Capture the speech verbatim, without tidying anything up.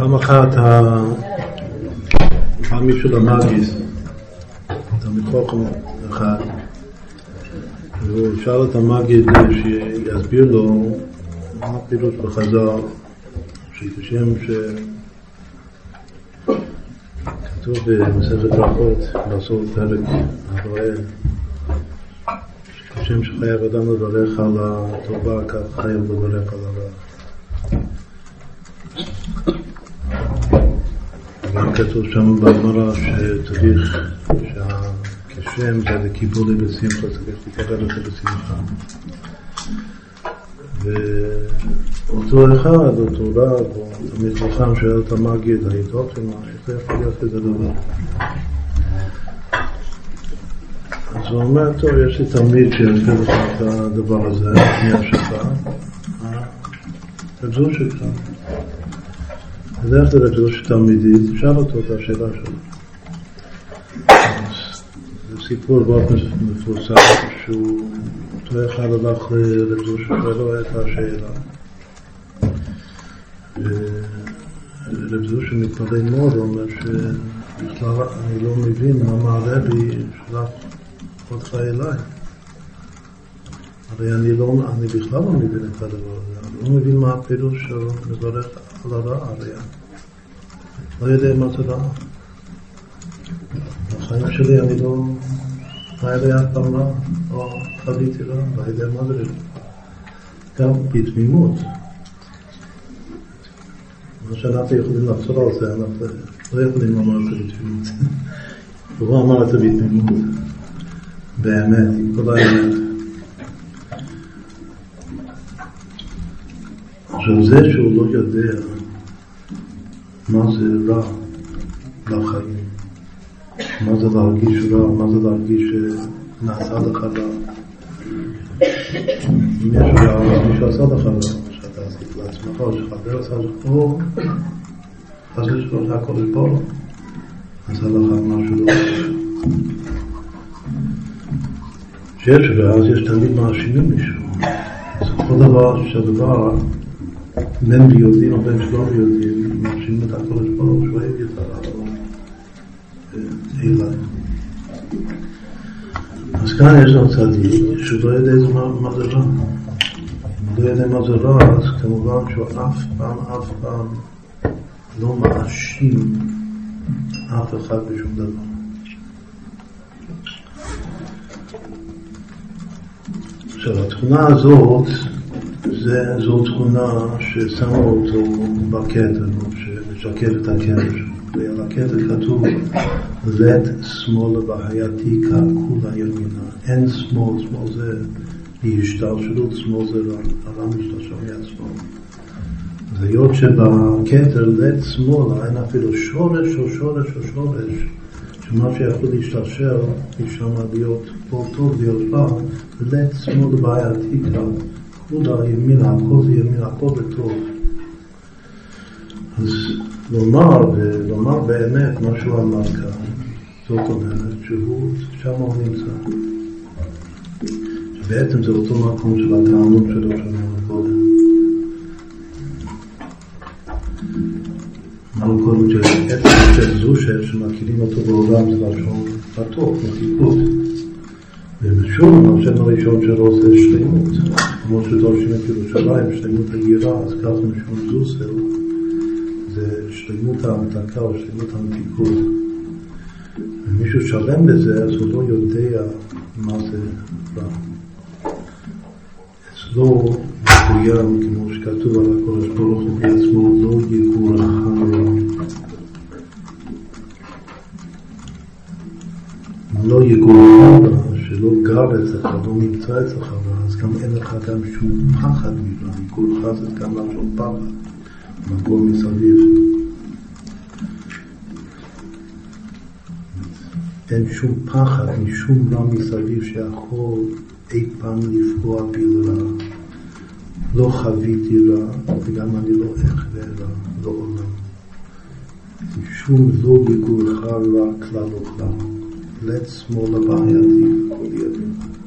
פעם אחת פעם מישהו למאגיס אתה מתוכן אחד והוא שאל את המאגיס שיסביר לו מה הפירוש בחז"ל שכשם שכתוב במסכת ברכות בסוף פרק הרואה כשם שחייב אדם לברך על הטובה כך חייב לברך על הרע. גם כתוב שם בגמרא שצריך שהכשם זה לקיבולי בשמחה, צריך לקבל את זה בשמחה. ואותו אחד, אותו רב, או תמיד חכם שואל את המגיד, היתוכן, איך זה יכול להיות כזה דבר? אז הוא אומר, טוב, יש לי תלמיד שיסביר לך את הדבר הזה, מי השפה, רב זושה שלך. בדרך כלל רב זושה תלמידי, שאל אותו את השאלה שלו. זה סיפור מאוד מפורסם, שהוא אותו אחד הלך לרב זושה ולא את השאלה. ורב זושה מתפלא מאוד, הוא אומר שבכלל אני לא מבין מה מעלה בי שלח אותך אליי. הרי אני, לא, אני בכלל לא מבין את הדבר הזה, אני לא מבין מה הפירוש של לברך על הרע, הרי לא יודע מה זה רע. בחיים שלי אני לא היה לי אף פעם רע, או חוויתי רע, לא יודע מה זה רע. גם בתמימות. מה שאנחנו יכולים לחזור על זה, אנחנו לא יכולים לומר את זה בתמימות. הוא אמר את זה בתמימות. באמת, עם כל האמת. עכשיו זה שהוא לא יודע מה זה רע לחיים, מה זה להרגיש רע, מה זה להרגיש שנעשה לך רע. אם יש רע, אז מישהו עשה לך רע, שאתה עשית לעצמך, או שחבר עשה לך, או אז יש לו שהכל לפה, עשה לך משהו לא עושה. שיש רע, אז יש תמיד מאשימים מישהו. אז כל דבר שהדבר בין ביודעים או בין שלא ביודעים מאשימים את הכל לפה, שהוא הביא את הרע אליי. אז כאן יש לנו צדיק שהוא לא יודע מה זה רע. אם הוא לא יודע מה זה רע, אז כמובן שהוא אף פעם, אף פעם לא מאשים אף אחד בשום דבר. עכשיו, התכונה הזאת, זה, זו תכונה ששמה אותו בכתר, שמשקר את הכתר. ועל הכתר כתוב, let שמאלה בהייתי ככולה ימינה. אין שמאל, שמאל זה בהשתלשלות, שמאל זה הרע משתלשל מיד שמאל. אז היות שבכתר, let שמאלה, אין אפילו שורש או שורש או שורש, שמה שיכול להשתלשל, משם להיות פה טוב להיות בה, let שמאלה בהייתי ככולה ימינה, הכל זה ימינה, הכל בטוב. אז לומר, ולומר באמת מה שהוא אמר כאן, זאת אומרת שהוא, שם הוא נמצא. שבעצם זה אותו מקום של הטענות שלו שאמרנו קודם. אמרנו קודם שעצם של זושה שמכירים אותו בעולם זה לשון פתוח, מתיקות. ובשום השם הראשון שלו עושה שלמות. כמו שדורשים את ירושלים, שלמות הגירה, אז כך משום זוסה זה שלמות ההמתקה או שלמות המתיקות. ומישהו שלם בזה, אז הוא לא יודע מה זה רע. אצלו מקוים, כמו שכתוב על הקודש ברוך הוא בעצמו, לא יגור הרע. לא יגור הרע, שלא גר אצלך, לא נמצא אצלך, אז גם אין לך גם שום פחד מרע. יגור לך זה גם לא שום פחד. מקום מסביב. אין שום פחד משום רע מסביב שיכול אי פעם לפגוע בי לרע. לא חוויתי רע, וגם אני לא אחווה רע, לא עולם. משום לא יגורך רע כלל וכלל. let שמאלה בהייתי כל ימים.